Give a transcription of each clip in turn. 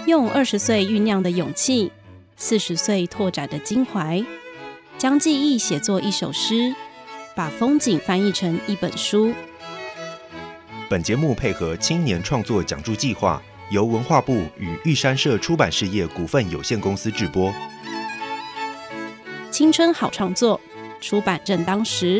用20岁酝酿的勇气，40岁拓展的襟怀，将记忆写作一首诗，把风景翻译成一本书。 本节目配合青年创作奖助计划，由文化部与玉山社出版事业股份有限公司制播。 青春好创作，出版正当时。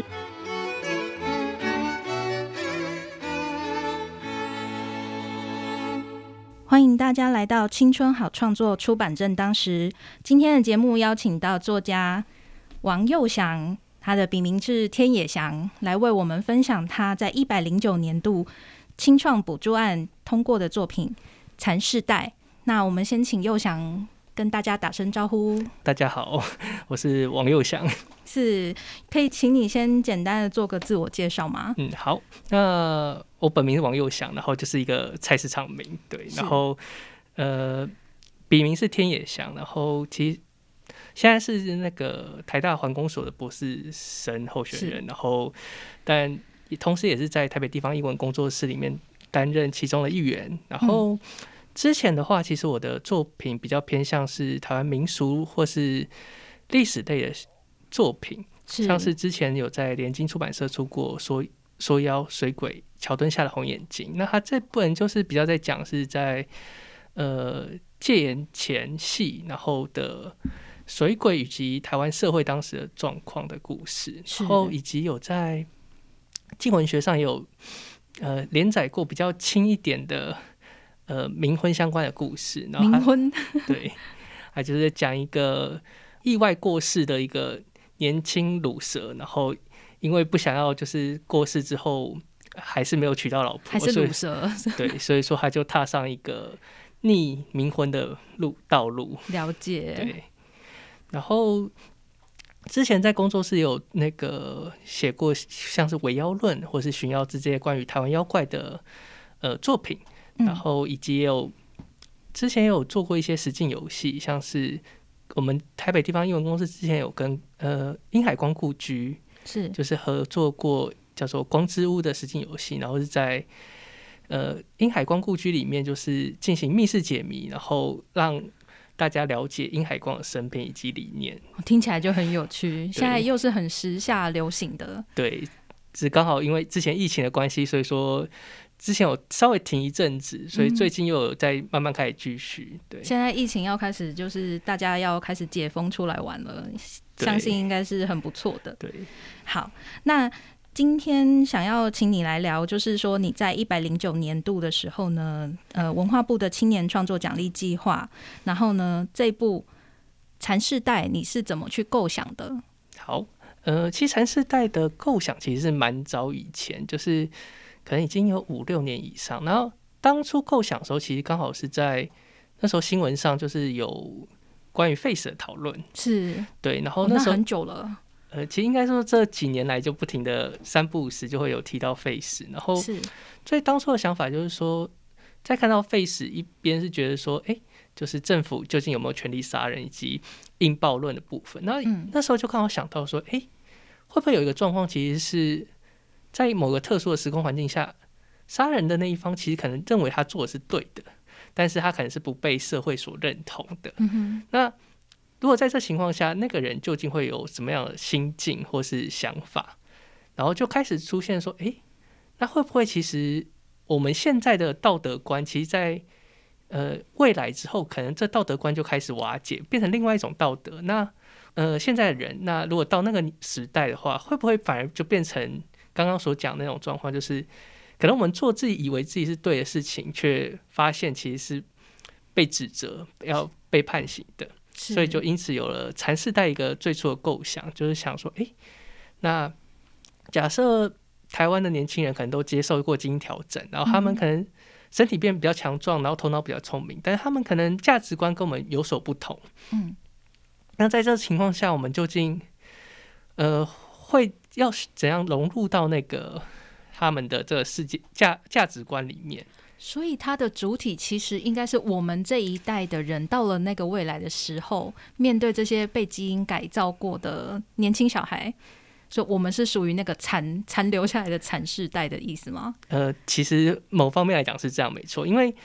欢迎大家来到青春好创作，出版正当时。今天的节目邀请到作家王佑祥，他的笔名是天野祥，来为我们分享他在109年度青创补助案通过的作品《蚕世代》。那我们先请佑祥跟大家打声招呼。 大家好，我是王佑祥。 是，可以请你先简单的做个自我介绍吗？ 好，那我本名是王佑祥，然后就是一个菜市场名，对，然后笔名是天野祥，然后其实现在是那个台大环工所的博士生候选人，然后但同时也是在台北地方艺文工作室里面担任其中的一员，然后之前的话，其实我的作品比较偏向是台湾民俗或是历史类的作品，像是之前有在联经出版社出过说妖水鬼桥墩下的红眼睛，那他这部分就是比较在讲是在戒严前夕然后的水鬼以及台湾社会当时的状况的故事，然后以及有在静文学上也有连载过比较轻一点的冥婚相关的故事。然后冥婚对，他就是讲一个意外过世的一个年轻乳蛇，然后因为不想要就是过世之后还是没有娶到老婆， 还是乳蛇， 对，所以说他就踏上一个逆冥婚的道路。 了解。 对，然后之前在工作室有那个写过像是伪妖论或是寻妖之这些关于台湾妖怪的作品，然后以及之前也有做过一些实境游戏，像是我们台北地方艺文公司之前有跟英海光故居就是合作过叫做光之屋的实境游戏，然后是在英海光故居里面就是进行密室解谜，然后让大家了解英海光的生平以及理念。听起来就很有趣，现在又是很时下流行的。对，只刚好因为之前疫情的关系，所以说之前有稍微停一阵子，所以最近又有在慢慢开始继续。对，现在疫情要开始，就是大家要开始解封出来玩了，相信应该是很不错的。对，好，那今天想要请你来聊，就是说你在109年度的时候呢，文化部的青年创作奖励计划，然后呢这部《蚕世代》你是怎么去构想的？好，其实《蚕世代》的构想其实是蛮早以前，就是可能已经有5-6年以上。然后当初构想的时候，其实刚好是在那时候新闻上就是有关于 Face 的讨论，是对，然后那时候很久了。其实应该说这几年来就不停的3不5时就会有提到 Face， 然后所以当初的想法就是说，在看到 Face 一边是觉得说，就是政府究竟有没有权力杀人以及应报论的部分。那时候就刚好想到说，会不会有一个状况，其实是在某个特殊的时空环境下，杀人的那一方其实可能认为他做的是对的，但是他可能是不被社会所认同的。那如果在这情况下，那个人究竟会有什么样的心境或是想法？然后就开始出现说，那会不会其实我们现在的道德观，其实在未来之后，可能这道德观就开始瓦解，变成另外一种道德。那现在的人，那如果到那个时代的话，会不会反而就变成刚刚所讲的那种状况，就是可能我们做自己以为自己是对的事情，却发现其实是被指责、要被判刑的。所以就因此有了蚕世代一个最初的构想，就是想说，那假设台湾的年轻人可能都接受过基因调整，然后他们可能身体变比较强壮，然后头脑比较聪明，但是他们可能价值观跟我们有所不同。那在这个情况下，我们究竟会要怎样融入到那个他们的这个世界价值观里面？所以它的主体其实应该是我们这一代的人，到了那个未来的时候，面对这些被基因改造过的年轻小孩，所以我们是属于那个残留下来的蚕世代的意思吗？其实某方面来讲是这样没错，因为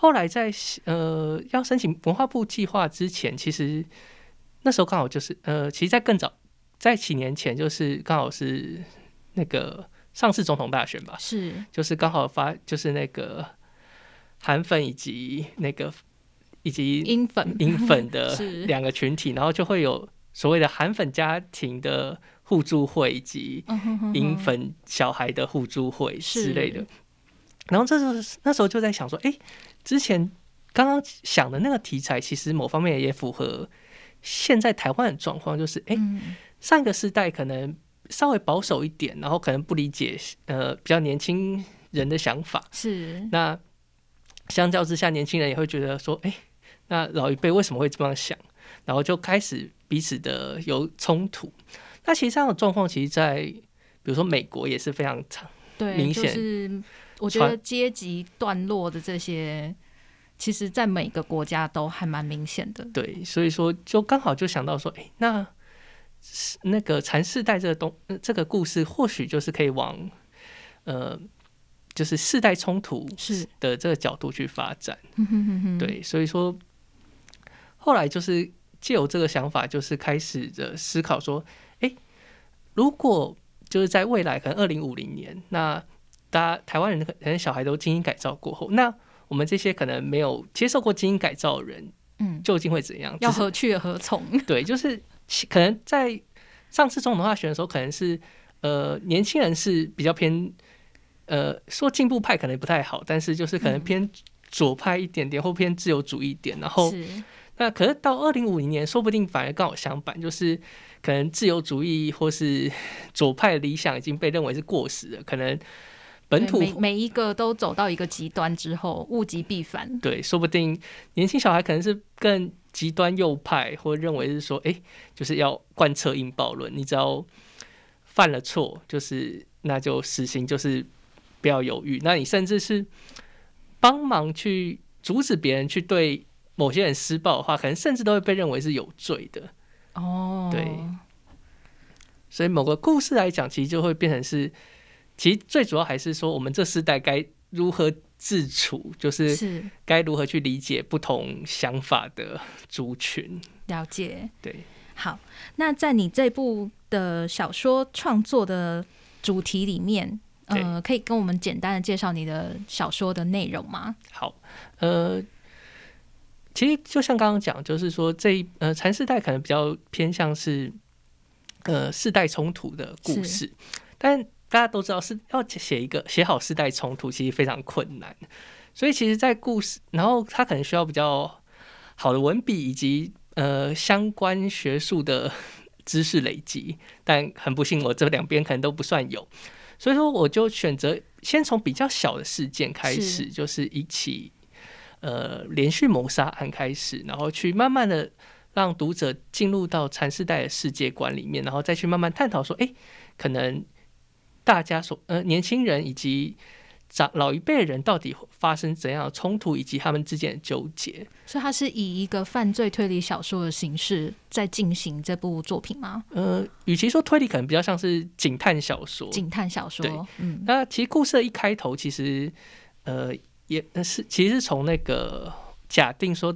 后来在要申请文化部计划之前，其实那时候刚好就是其实在更早，在几年前，就是刚好是那个上次总统大选吧， 是就是刚好就是那个韩粉以及英粉的两个群体，然后就会有所谓的韩粉家庭的互助会以及英粉小孩的互助会之类的。然后那时候就在想说，之前刚刚想的那个题材，其实某方面也符合现在台湾的状况，就是上一个世代可能稍微保守一点，然后可能不理解比较年轻人的想法， 是那相较之下，年轻人也会觉得说，那老一辈为什么会这样想？然后就开始彼此的有冲突。那其实这样的状况，其实在比如说美国也是非常明显， 就是我觉得阶级段落的这些，其实在每个国家都还蛮明显的。对， 所以说就刚好就想到说，那个残世代这个故事，或许就是可以往就是世代冲突的这个角度去发展。对，所以说后来就是藉由这个想法，就是开始的思考说，如果就是在未来可能2050年，那大家台湾人可能小孩都基因改造过后，那我们这些可能没有接受过基因改造的人，究竟会怎样？ 要何去何从？ 对，就是可能在上次总统大选的时候，可能是年轻人是比较偏说进步派可能不太好，但是就是可能偏左派一点点，或偏自由主义一点，然后那可是到2050年，说不定反而刚好相反，就是可能自由主义或是左派的理想已经被认为是过时了，可能本土每一个都走到一个极端之后，物极必反。 对，说不定年轻小孩可能是更极端右派，或认为是说，就是要贯彻应报论，你只要犯了错，就是那就死刑，就是不要犹豫。那你甚至是帮忙去阻止别人去对某些人施暴的话，可能甚至都会被认为是有罪的。对，所以某个故事来讲，其实就会变成是，其实最主要还是说，我们这世代该如何自处，就是该如何去理解不同想法的族群。 了解， 对。 好，那在你这部的小说创作的主题里面，可以跟我们简单的介绍你的小说的内容吗？ 好，其实就像刚刚讲，就是说残世代可能比较偏向是世代冲突的故事，但大家都知道是要写好世代冲突，其实非常困难。所以其实，在故事，然后它可能需要比较好的文笔以及相关学术的知识累积，但很不幸，我这两边可能都不算有。所以说，我就选择先从比较小的事件开始，就是一起连续谋杀案开始，然后去慢慢的让读者进入到残世代的世界观里面，然后再去慢慢探讨说，可能大家年轻人以及老一辈的人到底发生怎样的冲突，以及他们之间的纠结。 所以它是以一个犯罪推理小说的形式在进行这部作品吗？ 与其说推理，可能比较像是警探小说。对，那其实故事的一开头，其实其实是从那个假定说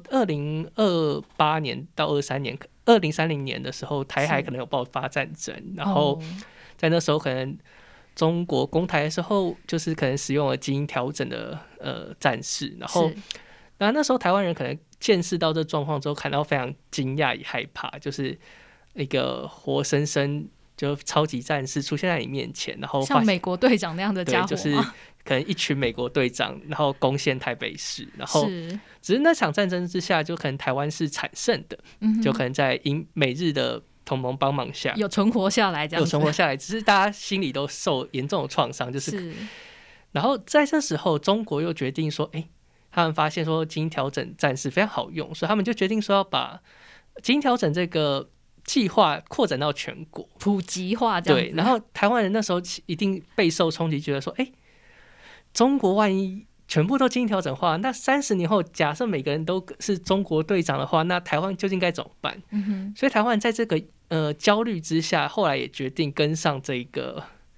2028年到23年2030年的时候，台海可能有爆发战争，然后在那时候可能中国攻台的时候，就是可能使用了基因调整的战士，然后那时候台湾人可能见识到这状况之后，感到非常惊讶与害怕，就是一个活生生就超级战士出现在你面前，然后像美国队长那样的家伙， 就是可能一群美国队长，然后攻陷台北市，然后只是那场战争之下，就可能台湾是惨胜的，就可能在美日的同盟帮忙下有存活下来，这样子有存活下来，只是大家心里都受严重的创伤，就是然后在这时候，中国又决定说，他们发现说基因调整战士非常好用，所以他们就决定说要把基因调整这个计划扩展到全国， 普及化这样子。 对，然后台湾人那时候一定备受冲击，觉得说，中国万一全部都基因调整化，那30年后，假设每个人都是中国队长的话，那台湾究竟该怎么办？所以台湾在这个焦虑之下，后来也决定跟上这个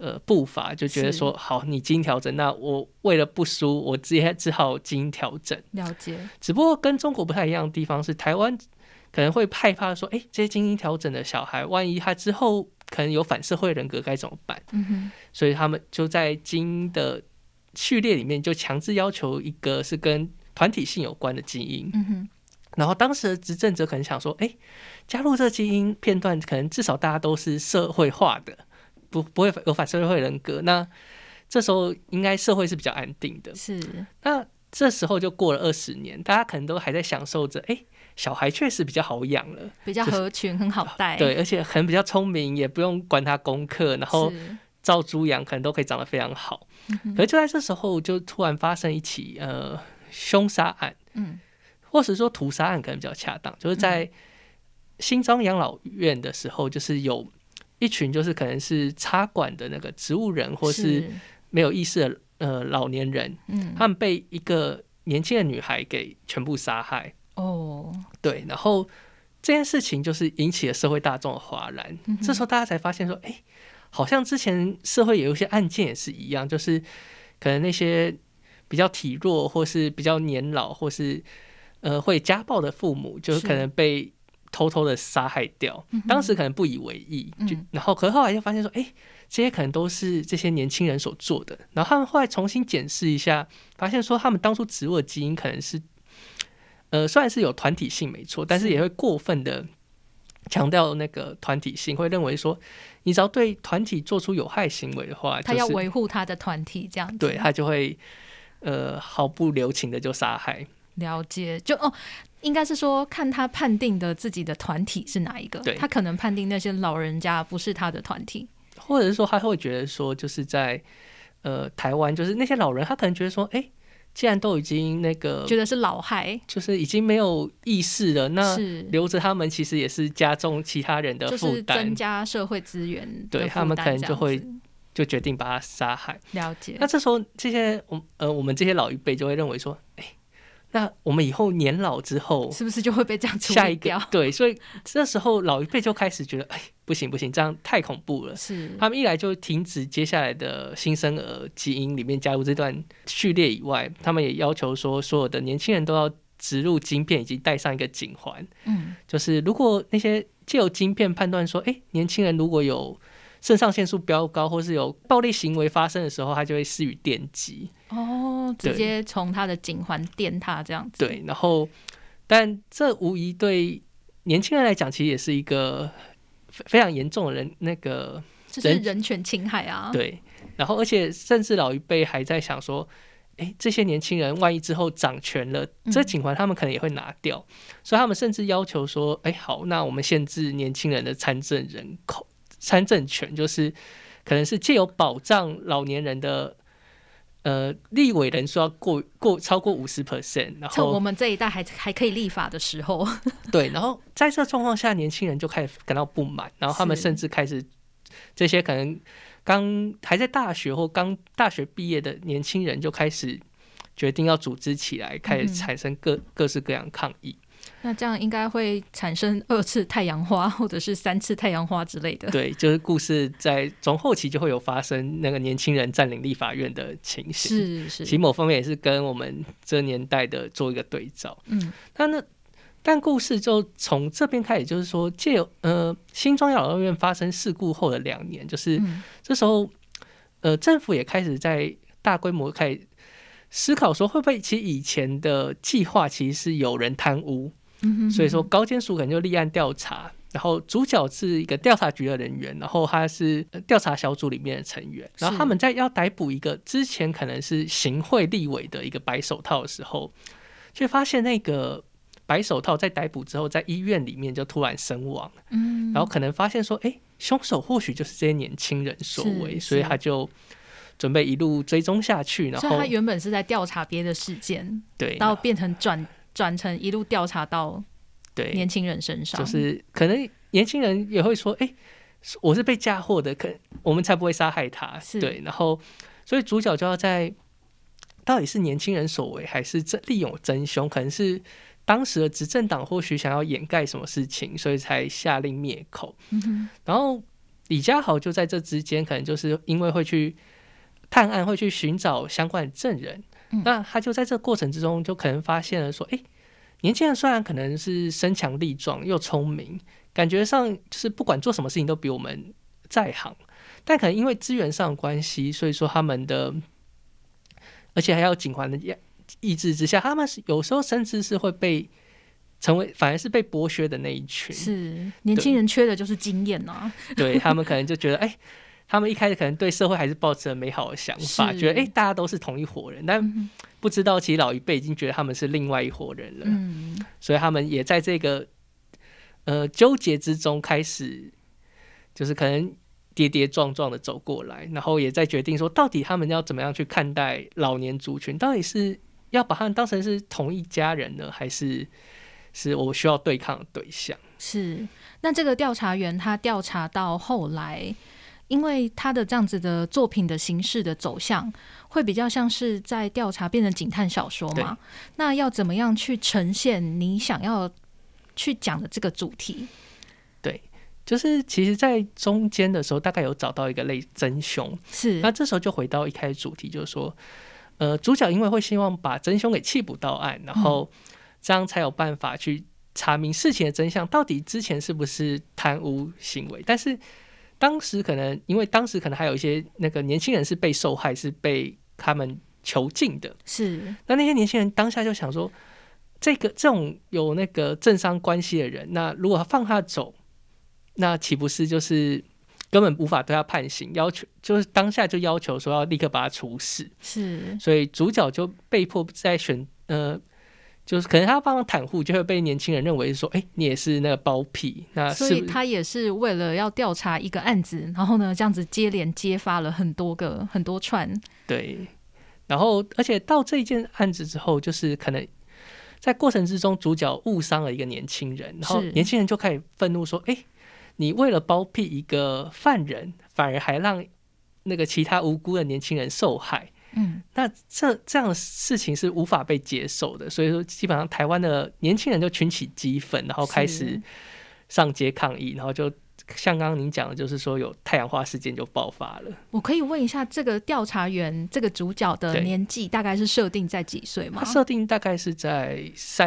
步伐，就觉得说好，你基因调整，那我为了不输，我只好基因调整。 了解。 只不过跟中国不太一样的地方是，台湾可能会害怕说，这些基因调整的小孩，万一他之后可能有反社会人格该怎么办？所以他们就在基因的序列里面就强制要求一个是跟团体性有关的基因。然后当时的执政者可能想说，加入这个基因片段，可能至少大家都是社会化的。不会有反社会人格，那这时候应该社会是比较安定的。 是， 那这时候就过了20年，大家可能都还在享受着，小孩确实比较好养了， 比较合群，很好带， 对，而且可能比较聪明，也不用管他功课，然后照猪养，可能都可以长得非常好。可是就在这时候，就突然发生一起凶杀案，或者说屠杀案，可能比较恰当，就是在新庄养老院的时候，就是有一群就是可能是插管的那个植物人，或是没有意识的老年人，他们被一个年轻的女孩给全部杀害。对，然后这件事情就是引起了社会大众的哗然。这时候大家才发现说，好像之前社会有一些案件也是一样，就是可能那些比较体弱，或是比较年老，或是会家暴的父母，就是可能被偷偷的杀害掉，当时可能不以为意，然后可是后来就发现说，这些可能都是这些年轻人所做的。然后他们后来重新检视一下，发现说他们当初植入的基因可能是，虽然是有团体性没错，但是也会过分的强调那个团体性，会认为说，你只要对团体做出有害行为的话， 他要维护他的团体这样子， 对，他就会毫不留情的就杀害。 了解，应该是说看他判定的自己的团体是哪一个，他可能判定那些老人家不是他的团体， 或者是说他会觉得说，就是在台湾，就是那些老人，他可能觉得说，既然都已经那个觉得是老害， 就是已经没有意识了，那留着他们其实也是加重其他人的负担， 就是增加社会资源的负担， 对，他们可能就决定把他杀害。 了解。 那这时候这些我们这些老一辈就会认为说，那我们以后年老之后是不是就会被这样处理掉？ 对，所以这时候老一辈就开始觉得，不行，这样太恐怖了。 是， 他们一来就停止接下来的新生儿基因里面加入这段序列以外，他们也要求说，所有的年轻人都要植入晶片以及戴上一个颈环。就是如果那些藉由晶片判断说，年轻人如果有肾上腺素飙高或是有暴力行为发生的时候，他就会施予电击。 直接从他的颈环电他这样子。 对，然后但这无疑对年轻人来讲，其实也是一个非常严重的这是人权侵害啊。 对，然后而且甚至老一辈还在想说，这些年轻人万一之后掌权了，这颈环他们可能也会拿掉，所以他们甚至要求说，好，那我们限制年轻人的参政权，就是可能是藉由保障老年人的立委人数要超过 50%， 然后我们这一代还可以立法的时候对，然后在这状况下，年轻人就开始感到不满，然后他们甚至开始这些可能还在大学或刚大学毕业的年轻人就开始决定要组织起来，开始产生各式各样抗议。 那这样应该会产生2次太阳花或者是3次太阳花之类的。 对，就是故事在中后期就会有发生那个年轻人占领立法院的情形。是，其某方面也是跟我们这年代的做一个对照。但故事就从这边开始，就是说借由新庄养老院发生事故后的2年，就是这时候政府也开始在大规模开始思考说，会不会其实以前的计划其实是有人贪污，所以说高监署可能就立案调查，然后主角是一个调查局的人员，然后他是调查小组里面的成员，然后他们在要逮捕一个之前可能是行贿立委的一个白手套的时候，却发现那个白手套在逮捕之后在医院里面就突然身亡，然后可能发现说，凶手或许就是这些年轻人所为，所以他就准备一路追踪下去，然后所以他原本是在调查别的事件，对，到变成转成一路调查到年轻人身上， 就是可能年轻人也会说，我是被嫁祸的，我们才不会杀害他，对，然后所以主角就要在到底是年轻人所为，还是利用真凶，可能是当时的执政党或许想要掩盖什么事情，所以才下令灭口。然后李家豪就在这之间，可能就是因为会去探案，会去寻找相关的证人，那他就在这个过程之中，就可能发现了说，年轻人虽然可能是身强力壮又聪明，感觉上就是不管做什么事情都比我们在行，但可能因为资源上的关系，所以说他们的，而且还有警环的意志之下，他们有时候甚至是会被成为反而是被剥削的那一群。 是年轻人缺的就是经验啊。 对，他们可能就觉得，他们一开始可能对社会还是抱持了美好的想法，觉得大家都是同一伙人，但不知道其实老一辈已经觉得他们是另外一伙人了。所以他们也在这个纠结之中开始，就是可能跌跌撞撞的走过来，然后也在决定说，到底他们要怎么样去看待老年族群，到底是要把他们当成是同一家人呢，还是我需要对抗的对象？是。 那这个调查员他调查到后来，因为他的这样子的作品的形式的走向会比较像是在调查变成警探小说嘛，那要怎么样去呈现你想要去讲的这个主题？ 对，就是其实在中间的时候大概有找到一个类真凶，是。那这时候就回到一开始主题，就是说主角因为会希望把真凶给緝捕到案，然后这样才有办法去查明事情的真相，到底之前是不是贪污行为。但是当时可能因为当时可能还有一些那个年轻人是被受害，是被他们囚禁的，是。那些年轻人当下就想说，这种有那个政商关系的人，那如果放他走，那岂不是就是根本无法对他判刑，要求就是当下就要求说要立刻把他处死，是。所以主角就被迫在就是可能他帮他袒护，就会被年轻人认为说，你也是那个包庇。那所以他也是为了要调查一个案子，然后呢，这样子接连揭发了很多串。对， 然后而且到这一件案子之后，就是可能在过程之中，主角误伤了一个年轻人，然后年轻人就开始愤怒说，你为了包庇一个犯人，反而还让那个其他无辜的年轻人受害。那这样的事情是无法被接受的，所以说基本上台湾的年轻人就群起激愤，然后开始上街抗议，然后就像刚刚您讲的，就是说有太阳花事件就爆发了。 我可以问一下，这个调查员这个主角的年纪大概是设定在几岁吗？ 他设定大概是在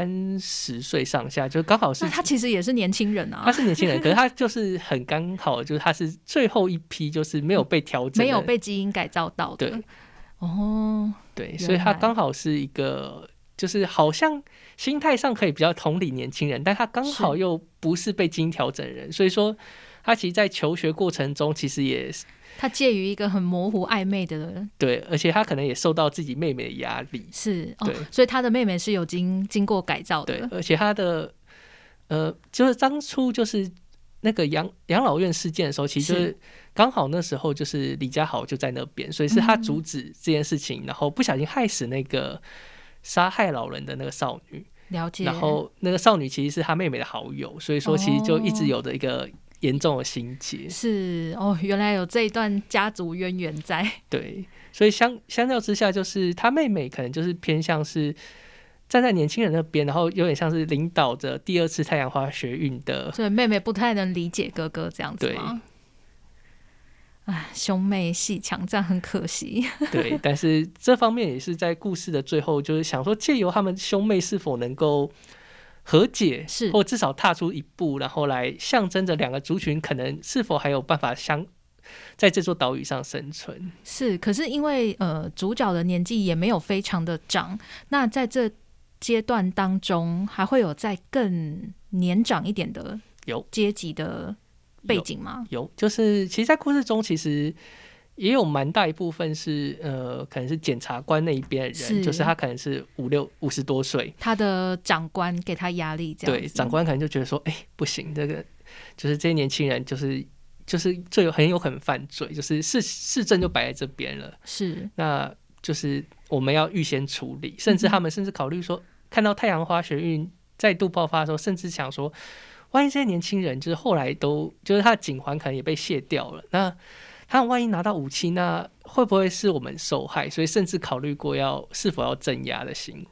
30岁上下，就刚好是。 那他其实也是年轻人啊。 他是年轻人，可是他就是很刚好，就是他是最后一批，就是没有被调整， 没有被基因改造到的。对。 对，所以他刚好是一个，就是好像心态上可以比较同理年轻人，但他刚好又不是被基因调整的人，所以说他其实在求学过程中其实也他介于一个很模糊暧昧的人。 对，而且他可能也受到自己妹妹的压力。 是。对。所以他的妹妹是有经过改造的。 对，而且他的就是当初就是那个养老院事件的时候，其实就是刚好那时候就是李家豪就在那边，所以是他阻止这件事情，然后不小心害死那个杀害老人的那个少女。了解。然后那个少女其实是他妹妹的好友，所以说其实就一直有的一个严重的心结。 是。原来有这一段家族渊源在。 对，所以相较之下，就是他妹妹可能就是偏向是站在年轻人那边，然后有点像是领导着第二次太阳花学运的。 所以妹妹不太能理解哥哥这样子吗？兄妹戏强，这样很可惜。 对，但是这方面也是在故事的最后，就是想说借由他们兄妹是否能够和解，或至少踏出一步，然后来象征着两个族群可能是否还有办法在这座岛屿上生存。 是，可是因为主角的年纪也没有非常的长，那在这阶段当中还会有再更年长一点的阶级的背景吗？有， 就是其实在故事中其实也有蛮大一部分是可能是检察官那一边的人，就是他可能是50多岁， 他的长官给他压力这样子。 对，长官可能就觉得说不行，这个就是这些年轻人就是很有可能犯罪，就是市政就摆在这边了，是，那就是我们要预先处理，甚至他们甚至考虑说，看到太阳花学运再度爆发的时候，甚至想说，万一这些年轻人就是后来就是他的警环可能也被卸掉了，那他们万一拿到武器，那会不会是我们受害？所以甚至考虑过是否要镇压的行为。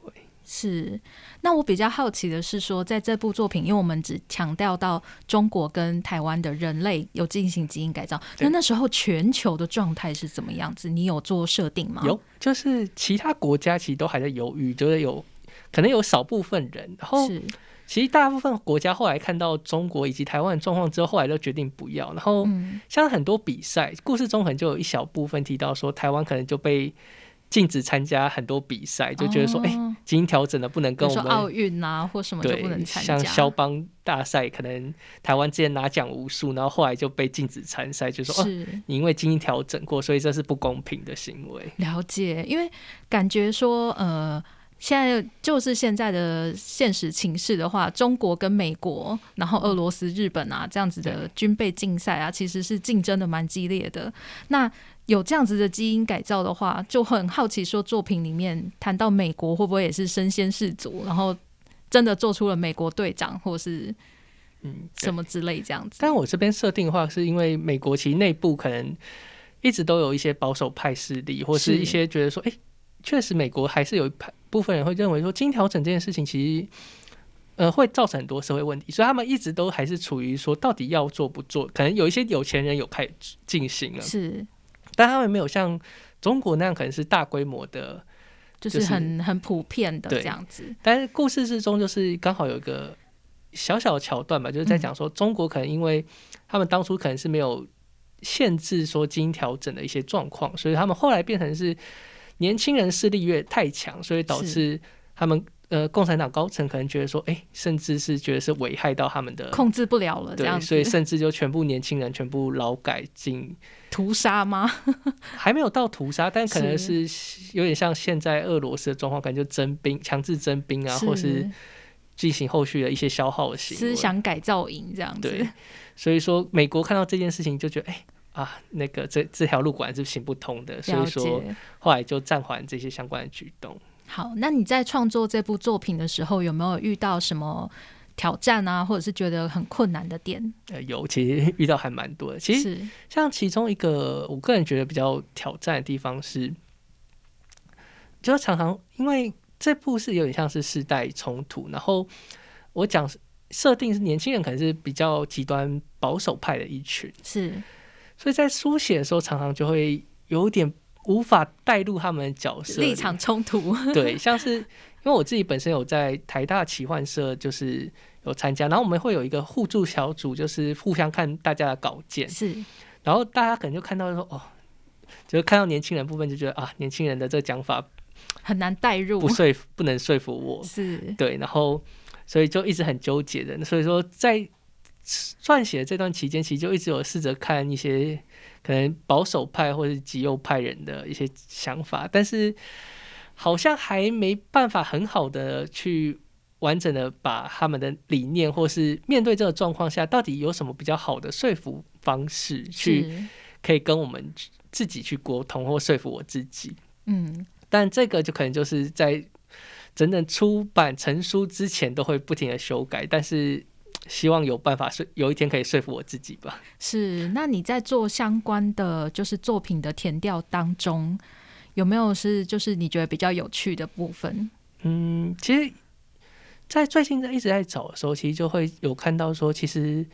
是，那我比较好奇的是说，在这部作品，因为我们只强调到中国跟台湾的人类有进行基因改造，那时候全球的状态是怎么样子？你有做设定吗？ 有，就是其他国家其实都还在犹豫，就是可能有少部分人，然后其实大部分国家后来看到中国以及台湾的状况之后，后来都决定不要。然后像很多比赛，故事中可能就有一小部分提到说，台湾可能就被禁止参加很多比赛，就觉得说，基因调整的不能跟我们， 比如说奥运啊或什么就不能参加。 像肖邦大赛，可能台湾之前拿奖无数，然后后来就被禁止参赛，就说你因为基因调整过，所以这是不公平的行为。 了解，因为感觉说，现在就是现在的现实情势的话，中国跟美国，然后俄罗斯、日本啊这样子的军备竞赛啊，其实是竞争的蛮激烈的。那有这样子的基因改造的话，就很好奇说，作品里面谈到美国会不会也是身先士卒，然后真的做出了美国队长或是什么之类这样子？ 但我这边设定的话，是因为美国其实内部可能一直都有一些保守派势力，或是一些觉得说，确实美国还是有一部分人会认为说，基因调整这件事情其实会造成很多社会问题，所以他们一直都还是处于说到底要做不做，可能有一些有钱人有开始进行了， 是， 但他们没有像中国那样可能是大规模的， 就是很普遍的这样子。 但是故事之中就是刚好有一个小小的桥段吧，就是在讲说中国可能因为他们当初可能是没有限制说基因调整的一些状况，所以他们后来变成是年轻人势力越太强，所以导致他们共产党高层可能觉得说，甚至是觉得是危害到他们的， 控制不了了这样子， 所以甚至就全部年轻人全部劳改进屠杀吗？ 还没有到屠杀，但可能是有点像现在俄罗斯的状况，可能就征兵、强制征兵啊，或是进行后续的一些消耗的行为， 思想改造营这样子。 对，所以说美国看到这件事情就觉得，那个这条路果然是行不通的，所以说后来就暂缓这些相关的举动。 好，那你在创作这部作品的时候，有没有遇到什么挑战啊，或者是觉得很困难的点？ 有，其实遇到还蛮多的。其实像其中一个我个人觉得比较挑战的地方是，就常常因为这部是有点像是世代冲突，然后我讲设定是年轻人可能是比较极端保守派的一群，是，所以在书写的时候常常就会有点无法带入他们的角色， 立场冲突。 对，像是因为我自己本身有在台大奇幻社就是有参加，然后我们会有一个互助小组，就是互相看大家的稿件，是，然后大家可能就看到说，就是看到年轻人部分就觉得年轻人的这个讲法很难带入， 不能说服我， 是， 对，然后所以就一直很纠结的，所以说在撰写这段期间，其实就一直有试着看一些可能保守派或是极右派人的一些想法，但是好像还没办法很好的去完整的把他们的理念，或是面对这个状况下到底有什么比较好的说服方式，去可以跟我们自己去沟通或说服我自己。但这个就可能就是在整整出版成书之前都会不停的修改，但是希望有办法有一天可以说服我自己吧。 是，那你在做相关的就是作品的填调当中，有没有是就是你觉得比较有趣的部分？ 其实在最近一直在找的时候，其实就会有看到说，其实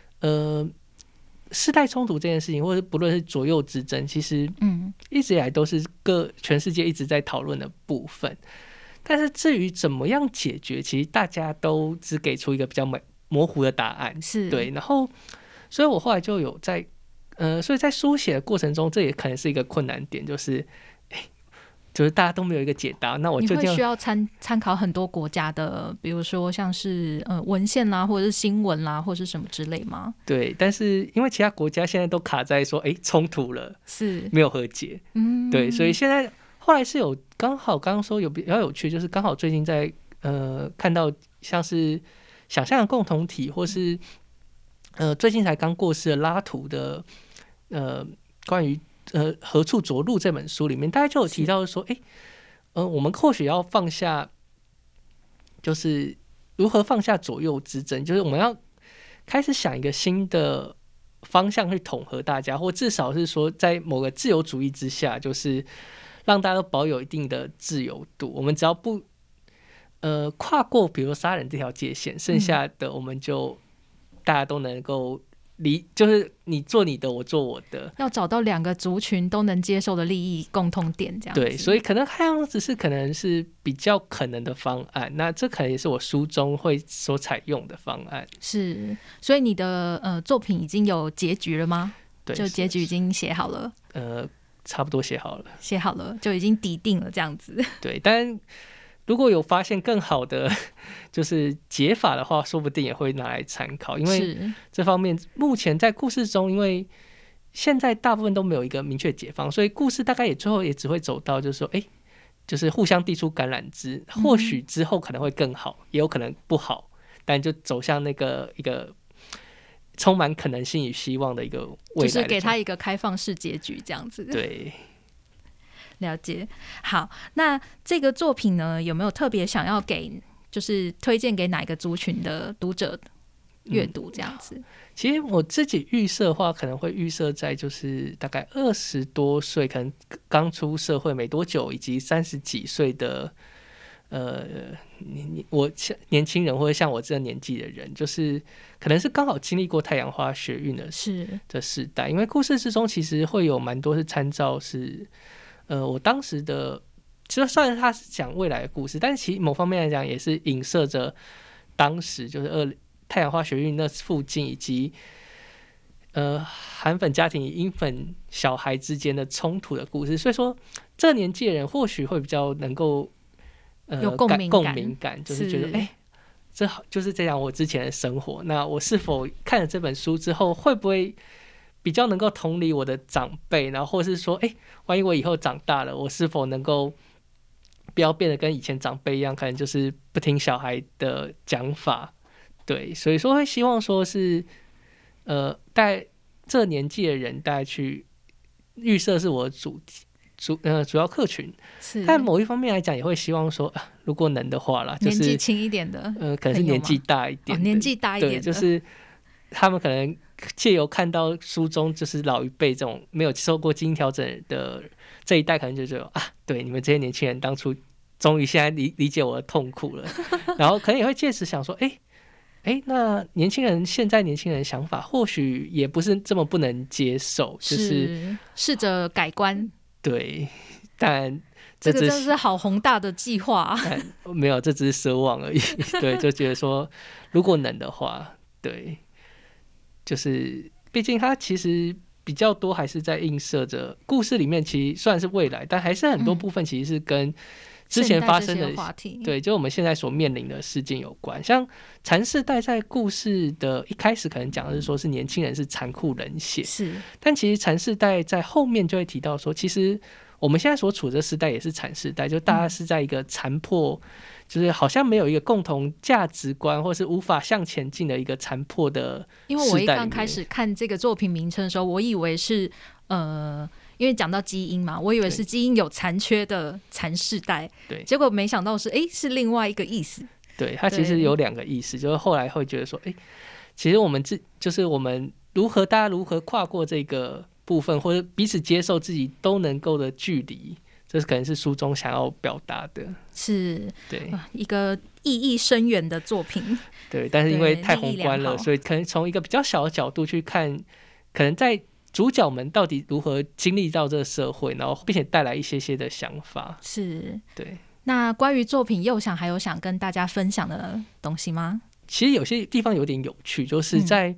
世代冲突这件事情，或者不论是左右之争，其实一直以来都是全世界一直在讨论的部分。但是至于怎么样解决，其实大家都只给出一个比较模糊的答案，是对。然后，所以我后来就有所以在书写的过程中，这也可能是一个困难点，就是大家都没有一个解答。那我就你会需要参考很多国家的，比如说像是文献啦，或者是新闻啦，或者是什么之类吗？ 对，但是因为其他国家现在都卡在说，冲突了，是没有和解，对，所以现在后来是有刚刚说有比较有趣，就是刚好最近在看到像是想象的共同体，或是最近才刚过世的拉图的关于何处着陆这本书里面，大家就有提到说，我们或许要放下，就是如何放下左右之争，就是我们要开始想一个新的方向去统合大家，或至少是说在某个自由主义之下，就是让大家都保有一定的自由度。我们只要不跨过比如杀人这条界限，剩下的我们就大家都能够就是你做你的，我做我的， 要找到2个族群都能接受的利益共同点，这样子。 对，所以可能看样子是可能是比较可能的方案，那这可能也是我书中会所采用的方案。 是，所以你的作品已经有结局了吗？ 对， 就结局已经写好了。 差不多写好了， 就已经底定了这样子。 对，但如果有发现更好的就是解法的话，说不定也会拿来参考，因为这方面目前在故事中，因为现在大部分都没有一个明确解放，所以故事大概最后也只会走到就是说，就是互相递出橄榄枝，或许之后可能会更好，也有可能不好，但就走向那个一个充满可能性与希望的一个未来的， 就是给他一个开放式结局这样子。 对， 了解。好，那这个作品呢，有没有特别想要就是推荐给哪一个族群的读者阅读这样子？ 其实我自己预设的话，可能会预设在就是大概20多岁，可能刚出社会没多久，以及30几岁的年轻人，或者像我这个年纪的人，就是可能是刚好经历过太阳花学运的时代，因为故事之中其实会有蛮多是参照是我当时的，就算他是讲未来的故事，但是其实某方面来讲也是影射着当时就是太阳花学运那附近，以及韩粉家庭与英粉小孩之间的冲突的故事，所以说这个年纪的人或许会比较能够有共鸣感， 就是觉得这就是这样我之前的生活，那我是否看了这本书之后，会不会比较能够同理我的长辈，然后或是说万一我以后长大了，我是否能够不要变得跟以前长辈一样，可能就是不听小孩的讲法。对，所以说会希望说是大概这年纪的人大概去预设是我的主要客群，但某一方面来讲也会希望说如果能的话啦，就是年纪轻一点的可能是年纪大一点的， 年纪大一点的， 对，就是他们可能借由看到书中就是老一辈这种没有受过基因调整的这一代，可能就觉得对，你们这些年轻人当初终于现在理解我的痛苦了然后可能也会借此想说那现在年轻人的想法或许也不是这么不能接受，就是试着改观。 对，但这个真的是好宏大的计划没有，这只是奢望而已对，就觉得说如果能的话，对，就是毕竟它其实比较多还是在映射着故事里面，其实虽然是未来，但还是很多部分其实是跟之前发生的话题， 对，就我们现在所面临的事件有关。像禅世代在故事的一开始可能讲的是说是年轻人是残酷冷血，但其实禅世代在后面就会提到说，其实我们现在所处的时代也是禅世代，就大家是在一个残破，就是好像没有一个共同价值观，或是无法向前进的一个残破的时代。 因为我一刚开始看这个作品名称的时候，我以为是因为讲到基因嘛，我以为是基因有残缺的残世代，对，结果没想到是另外一个意思。 对，它其实有2个意思，就是后来会觉得说，其实我们就是我们大家如何跨过这个部分，或者彼此接受自己都能够的距离，这可能是书中想要表达的。 是， 对， 一个意义深远的作品。 对，但是因为太宏观了，所以可能从一个比较小的角度去看，可能在主角们到底如何经历到这个社会，然后并且带来一些的想法。 是， 对。 那关于作品，还有想跟大家分享的东西吗？ 其实有些地方有点有趣，就是在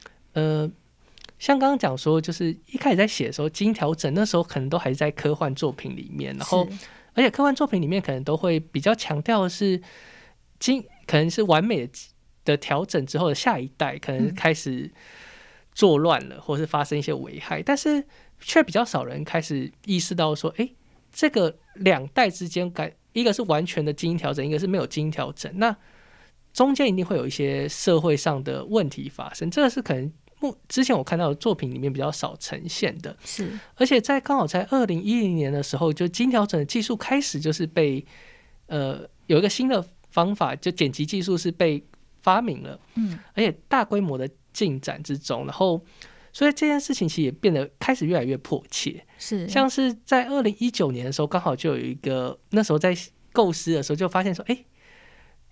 像刚刚讲说，就是一开始在写的时候，基因调整那时候可能都还是在科幻作品里面，然后而且科幻作品里面可能都会比较强调的是可能是完美的调整之后的下一代可能开始作乱了，或是发生一些危害，但是却比较少人开始意识到说，这个2代之间一个是完全的基因调整，一个是没有基因调整，那中间一定会有一些社会上的问题发生，这个是可能之前我看到的作品里面比较少呈现的。 是， 而且刚好在2010年的时候，就基因调整的技术开始就是被有一个新的方法，就剪辑技术是被发明了，而且大规模的进展之中，然后所以这件事情其实也变得开始越来越迫切。 是， 像是在2019年的时候，刚好就有一个那时候在构思的时候就发现说，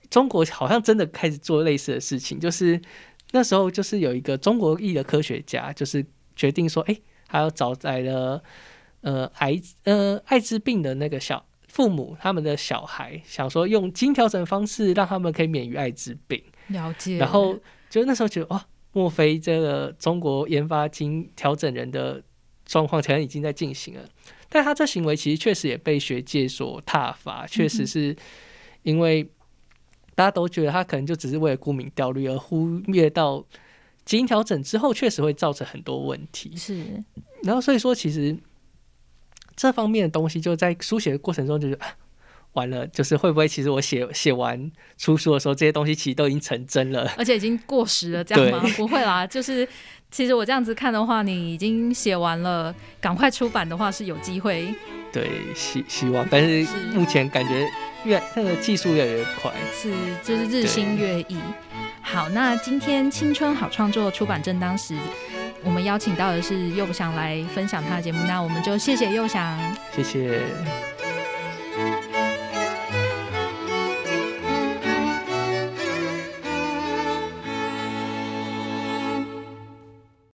中国好像真的开始做类似的事情，就是那时候就是有一个中国裔的科学家，就是决定说，他要找来了艾滋病的那个父母他们的小孩，想说用基因调整的方式让他们可以免于艾滋病。 了解。 然后就那时候觉得莫非这个中国研发基因调整人的状况可能已经在进行了？但他这行为其实确实也被学界所挞伐，确实是因为大家都觉得他可能就只是为了沽名钓誉，而忽略到基因调整之后确实会造成很多问题。 是， 然后所以说其实这方面的东西就在书写的过程中就觉得完了，就是会不会其实我写完出书的时候，这些东西其实都已经成真了， 而且已经过时了，这样吗？不会啦，就是其实我这样子看的话，你已经写完了，赶快出版的话是有机会。 对，希望，但是目前感觉那个技术越来越快， 是就是日新月异。好，那今天青春好创作出版正当时，我们邀请到的是佑祥来分享他的节目，那我们就谢谢佑祥， 谢谢。